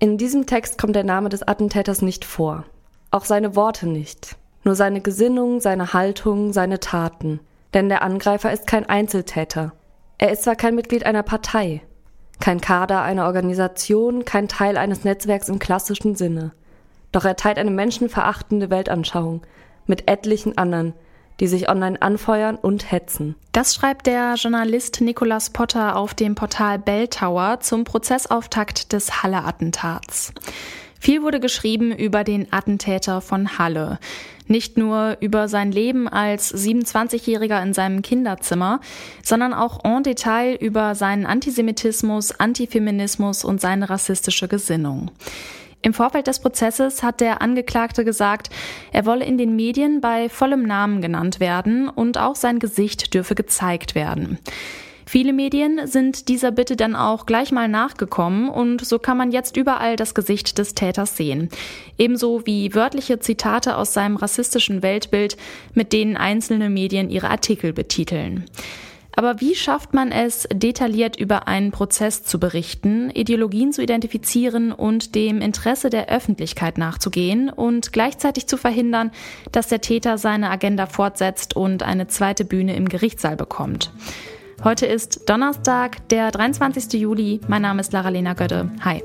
In diesem Text kommt der Name des Attentäters nicht vor. Auch seine Worte nicht. Nur seine Gesinnung, seine Haltung, seine Taten. Denn der Angreifer ist kein Einzeltäter. Er ist zwar kein Mitglied einer Partei, kein Kader einer Organisation, kein Teil eines Netzwerks im klassischen Sinne. Doch er teilt eine menschenverachtende Weltanschauung mit etlichen anderen, die sich online anfeuern und hetzen. Das schreibt der Journalist Nicolas Potter auf dem Portal Bell Tower zum Prozessauftakt des Halle-Attentats. Viel wurde geschrieben über den Attentäter von Halle. Nicht nur über sein Leben als 27-Jähriger in seinem Kinderzimmer, sondern auch en Detail über seinen Antisemitismus, Antifeminismus und seine rassistische Gesinnung. Im Vorfeld des Prozesses hat der Angeklagte gesagt, er wolle in den Medien bei vollem Namen genannt werden und auch sein Gesicht dürfe gezeigt werden. Viele Medien sind dieser Bitte dann auch gleich mal nachgekommen und so kann man jetzt überall das Gesicht des Täters sehen. Ebenso wie wörtliche Zitate aus seinem rassistischen Weltbild, mit denen einzelne Medien ihre Artikel betiteln. Aber wie schafft man es, detailliert über einen Prozess zu berichten, Ideologien zu identifizieren und dem Interesse der Öffentlichkeit nachzugehen und gleichzeitig zu verhindern, dass der Täter seine Agenda fortsetzt und eine zweite Bühne im Gerichtssaal bekommt? Heute ist Donnerstag, der 23. Juli. Mein Name ist Lara-Lena Gödde. Hi.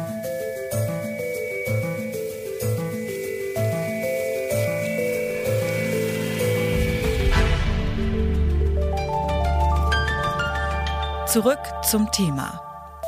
Zurück zum Thema.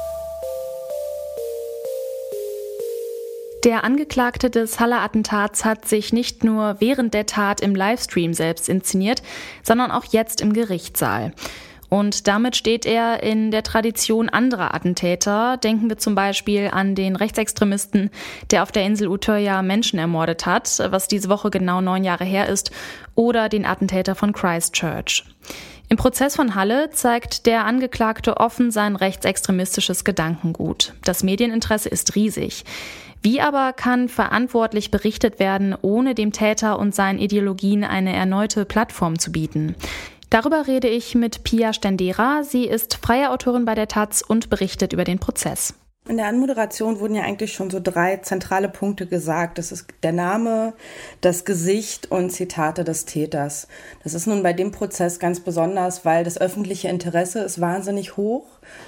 Der Angeklagte des Halle-Attentats hat sich nicht nur während der Tat im Livestream selbst inszeniert, sondern auch jetzt im Gerichtssaal. Und damit steht er in der Tradition anderer Attentäter. Denken wir zum Beispiel an den Rechtsextremisten, der auf der Insel Utøya Menschen ermordet hat, was diese Woche genau 9 Jahre her ist, oder den Attentäter von Christchurch. Im Prozess von Halle zeigt der Angeklagte offen sein rechtsextremistisches Gedankengut. Das Medieninteresse ist riesig. Wie aber kann verantwortlich berichtet werden, ohne dem Täter und seinen Ideologien eine erneute Plattform zu bieten? Darüber rede ich mit Pia Stendera. Sie ist freie Autorin bei der taz und berichtet über den Prozess. In der Anmoderation wurden ja eigentlich schon so 3 zentrale Punkte gesagt. Das ist der Name, das Gesicht und Zitate des Täters. Das ist nun bei dem Prozess ganz besonders, weil das öffentliche Interesse ist wahnsinnig hoch.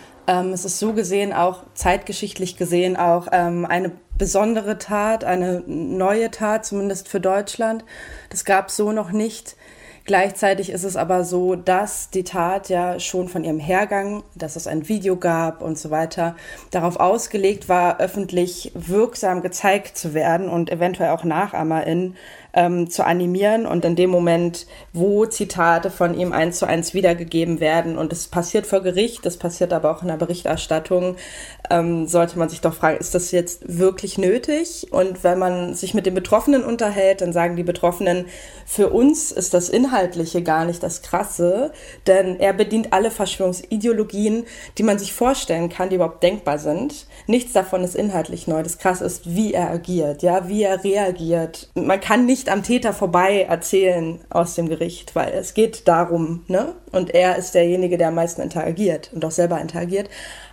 Es ist so gesehen auch, zeitgeschichtlich gesehen auch eine besondere Tat, eine neue Tat, zumindest für Deutschland. Das gab es so noch nicht. Gleichzeitig ist es aber so, dass die Tat ja schon von ihrem Hergang, dass es ein Video gab und so weiter, darauf ausgelegt war, öffentlich wirksam gezeigt zu werden und eventuell auch NachahmerInnen zu animieren. Und in dem Moment, wo Zitate von ihm 1:1 wiedergegeben werden und es passiert vor Gericht, das passiert aber auch in der Berichterstattung, sollte man sich doch fragen, ist das jetzt wirklich nötig? Und wenn man sich mit den Betroffenen unterhält, dann sagen die Betroffenen, für uns ist das Inhaltliche gar nicht das Krasse, denn er bedient alle Verschwörungsideologien, die man sich vorstellen kann, die überhaupt denkbar sind. Nichts davon ist inhaltlich neu. Das Krasse ist, wie er agiert, ja, wie er reagiert. Man kann nicht am Täter vorbei erzählen aus dem Gericht, weil es geht darum, ne? Und er ist derjenige, der am meisten interagiert und auch selber interagiert.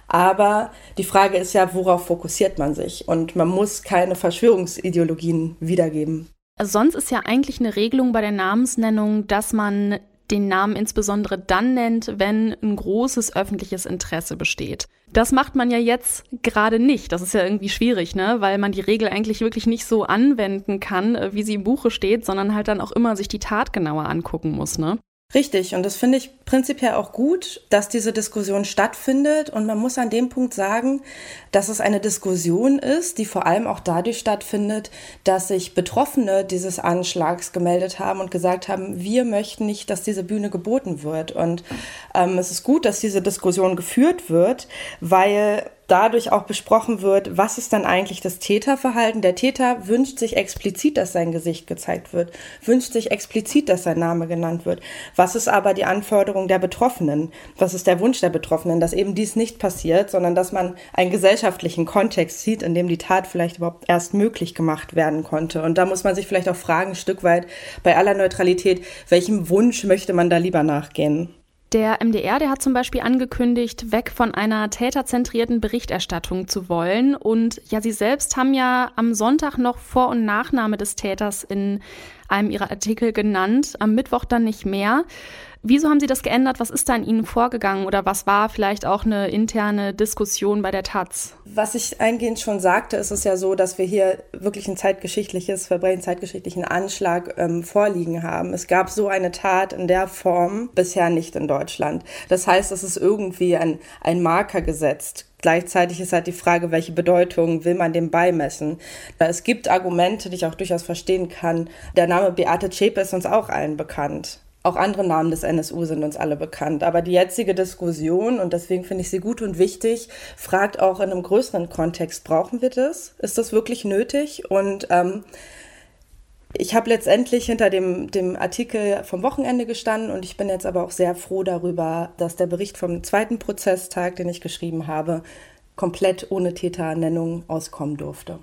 Aber die Frage ist ja, worauf fokussiert man sich? Und man muss keine Verschwörungsideologien wiedergeben. Also sonst ist ja eigentlich eine Regelung bei der Namensnennung, dass man den Namen insbesondere dann nennt, wenn ein großes öffentliches Interesse besteht. Das macht man ja jetzt gerade nicht. Das ist ja irgendwie schwierig, ne? Weil man die Regel eigentlich wirklich nicht so anwenden kann, wie sie im Buche steht, sondern halt dann auch immer sich die Tat genauer angucken muss, ne? Richtig, und das finde ich prinzipiell auch gut, dass diese Diskussion stattfindet. Und man muss an dem Punkt sagen, dass es eine Diskussion ist, die vor allem auch dadurch stattfindet, dass sich Betroffene dieses Anschlags gemeldet haben und gesagt haben, wir möchten nicht, dass diese Bühne geboten wird. Und es ist gut, dass diese Diskussion geführt wird, weil dadurch auch besprochen wird, was ist dann eigentlich das Täterverhalten. Der Täter wünscht sich explizit, dass sein Gesicht gezeigt wird, wünscht sich explizit, dass sein Name genannt wird. Was ist aber die Anforderung der Betroffenen? Was ist der Wunsch der Betroffenen? Dass eben dies nicht passiert, sondern dass man einen gesellschaftlichen Kontext sieht, in dem die Tat vielleicht überhaupt erst möglich gemacht werden konnte. Und da muss man sich vielleicht auch fragen, ein Stück weit bei aller Neutralität, welchem Wunsch möchte man da lieber nachgehen? Der MDR, der hat zum Beispiel angekündigt, weg von einer täterzentrierten Berichterstattung zu wollen. Und ja, Sie selbst haben ja am Sonntag noch Vor- und Nachname des Täters in einem Ihrer Artikel genannt, am Mittwoch dann nicht mehr. Wieso haben Sie das geändert? Was ist da in Ihnen vorgegangen? Oder was war vielleicht auch eine interne Diskussion bei der Taz? Was ich eingehend schon sagte, ist es ja so, dass wir hier wirklich ein zeitgeschichtliches Verbrechen, zeitgeschichtlichen Anschlag vorliegen haben. Es gab so eine Tat in der Form bisher nicht in Deutschland. Das heißt, es ist irgendwie ein Marker gesetzt. Gleichzeitig ist halt die Frage, welche Bedeutung will man dem beimessen. Es gibt Argumente, die ich auch durchaus verstehen kann. Der Name Beate Zschäpe ist uns auch allen bekannt. Auch andere Namen des NSU sind uns alle bekannt. Aber die jetzige Diskussion, und deswegen finde ich sie gut und wichtig, fragt auch in einem größeren Kontext, brauchen wir das? Ist das wirklich nötig? Und ich habe letztendlich hinter dem Artikel vom Wochenende gestanden und ich bin jetzt aber auch sehr froh darüber, dass der Bericht vom zweiten Prozesstag, den ich geschrieben habe, komplett ohne Täternennung auskommen durfte.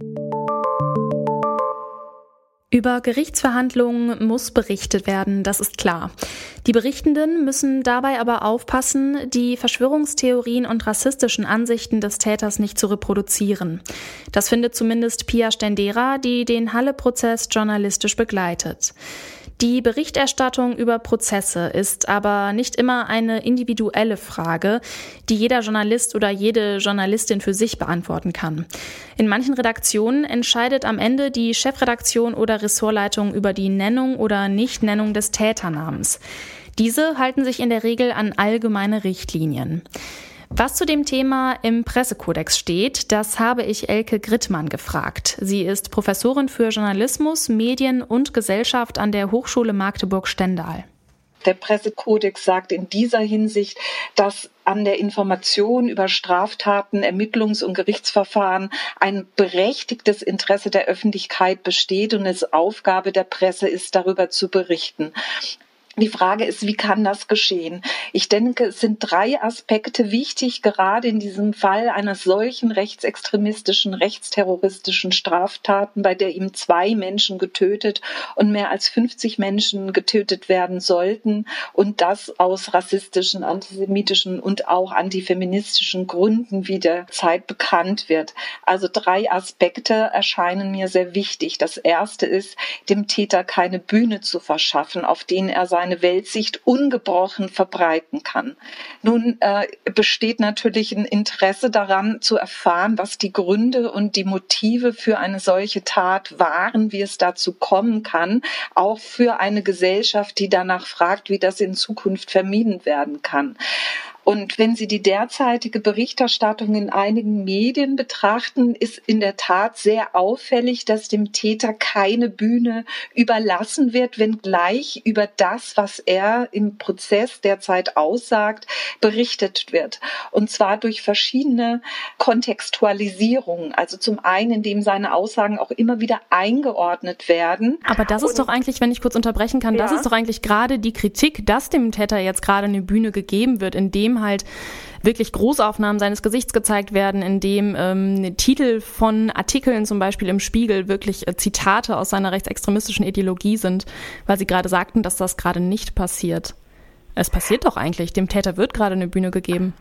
Über Gerichtsverhandlungen muss berichtet werden, das ist klar. Die Berichtenden müssen dabei aber aufpassen, die Verschwörungstheorien und rassistischen Ansichten des Täters nicht zu reproduzieren. Das findet zumindest Pia Stendera, die den Halle-Prozess journalistisch begleitet. Die Berichterstattung über Prozesse ist aber nicht immer eine individuelle Frage, die jeder Journalist oder jede Journalistin für sich beantworten kann. In manchen Redaktionen entscheidet am Ende die Chefredaktion oder Ressortleitung über die Nennung oder Nichtnennung des Täternamens. Diese halten sich in der Regel an allgemeine Richtlinien. Was zu dem Thema im Pressekodex steht, das habe ich Elke Grittmann gefragt. Sie ist Professorin für Journalismus, Medien und Gesellschaft an der Hochschule Magdeburg-Stendal. Der Pressekodex sagt in dieser Hinsicht, dass an der Information über Straftaten, Ermittlungs- und Gerichtsverfahren ein berechtigtes Interesse der Öffentlichkeit besteht und es Aufgabe der Presse ist, darüber zu berichten. Die Frage ist, wie kann das geschehen? Ich denke, es sind 3 Aspekte wichtig, gerade in diesem Fall einer solchen rechtsextremistischen, rechtsterroristischen Straftaten, bei der ihm 2 Menschen getötet und mehr als 50 Menschen getötet werden sollten und das aus rassistischen, antisemitischen und auch antifeministischen Gründen, wie derzeit bekannt wird. Also 3 Aspekte erscheinen mir sehr wichtig. Das erste ist, dem Täter keine Bühne zu verschaffen, auf denen er seine Weltsicht ungebrochen verbreiten kann. Nun besteht natürlich ein Interesse daran zu erfahren, was die Gründe und die Motive für eine solche Tat waren, wie es dazu kommen kann, auch für eine Gesellschaft, die danach fragt, wie das in Zukunft vermieden werden kann. Und wenn Sie die derzeitige Berichterstattung in einigen Medien betrachten, ist in der Tat sehr auffällig, dass dem Täter keine Bühne überlassen wird, wenngleich über das, was er im Prozess derzeit aussagt, berichtet wird. Und zwar durch verschiedene Kontextualisierungen. Also zum einen, indem seine Aussagen auch immer wieder eingeordnet werden. Aber das ist doch eigentlich, wenn ich kurz unterbrechen kann, das ist doch eigentlich gerade die Kritik, dass dem Täter jetzt gerade eine Bühne gegeben wird, indem halt wirklich Großaufnahmen seines Gesichts gezeigt werden, in dem Titel von Artikeln zum Beispiel im Spiegel wirklich Zitate aus seiner rechtsextremistischen Ideologie sind, weil Sie gerade sagten, dass das gerade nicht passiert. Es passiert doch eigentlich, dem Täter wird gerade eine Bühne gegeben.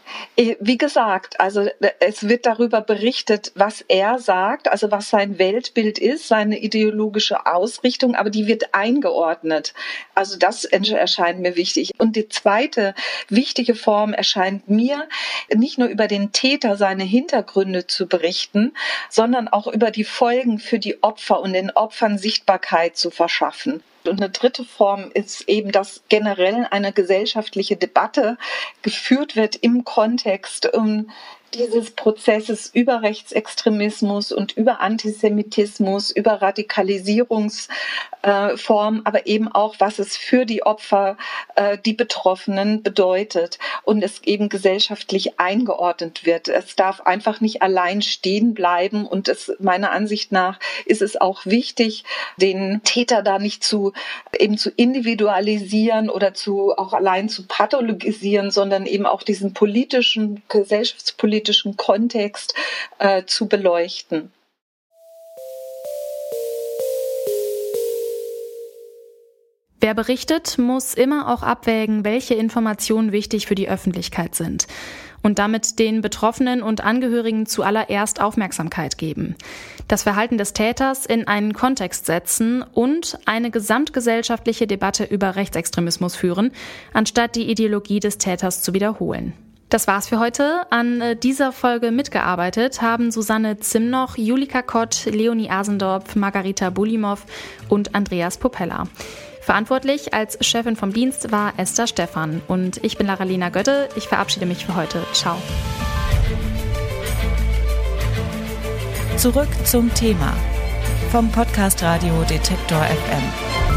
Wie gesagt, also es wird darüber berichtet, was er sagt, also was sein Weltbild ist, seine ideologische Ausrichtung, aber die wird eingeordnet. Also das erscheint mir wichtig. Und die zweite wichtige Form erscheint mir, nicht nur über den Täter, seine Hintergründe zu berichten, sondern auch über die Folgen für die Opfer und den Opfern Sichtbarkeit zu verschaffen. Und eine dritte Form ist eben, dass generell eine gesellschaftliche Debatte geführt wird im Kontext dieses Prozesses über Rechtsextremismus und über Antisemitismus, über Radikalisierungsformen, aber eben auch, was es für die Opfer, die Betroffenen bedeutet und es eben gesellschaftlich eingeordnet wird. Es darf einfach nicht allein stehen bleiben und meiner Ansicht nach ist es auch wichtig, den Täter da nicht zu individualisieren oder auch allein zu pathologisieren, sondern eben auch diesen gesellschaftspolitischen Kontext zu beleuchten. Wer berichtet, muss immer auch abwägen, welche Informationen wichtig für die Öffentlichkeit sind und damit den Betroffenen und Angehörigen zuallererst Aufmerksamkeit geben, das Verhalten des Täters in einen Kontext setzen und eine gesamtgesellschaftliche Debatte über Rechtsextremismus führen, anstatt die Ideologie des Täters zu wiederholen. Das war's für heute. An dieser Folge mitgearbeitet haben Susanne Zimnoch, Julika Kott, Leonie Asendorf, Margarita Bulimow und Andreas Popella. Verantwortlich als Chefin vom Dienst war Esther Stephan. Und ich bin Lara-Lena Götte. Ich verabschiede mich für heute. Ciao. Zurück zum Thema vom Podcast Radio Detektor FM.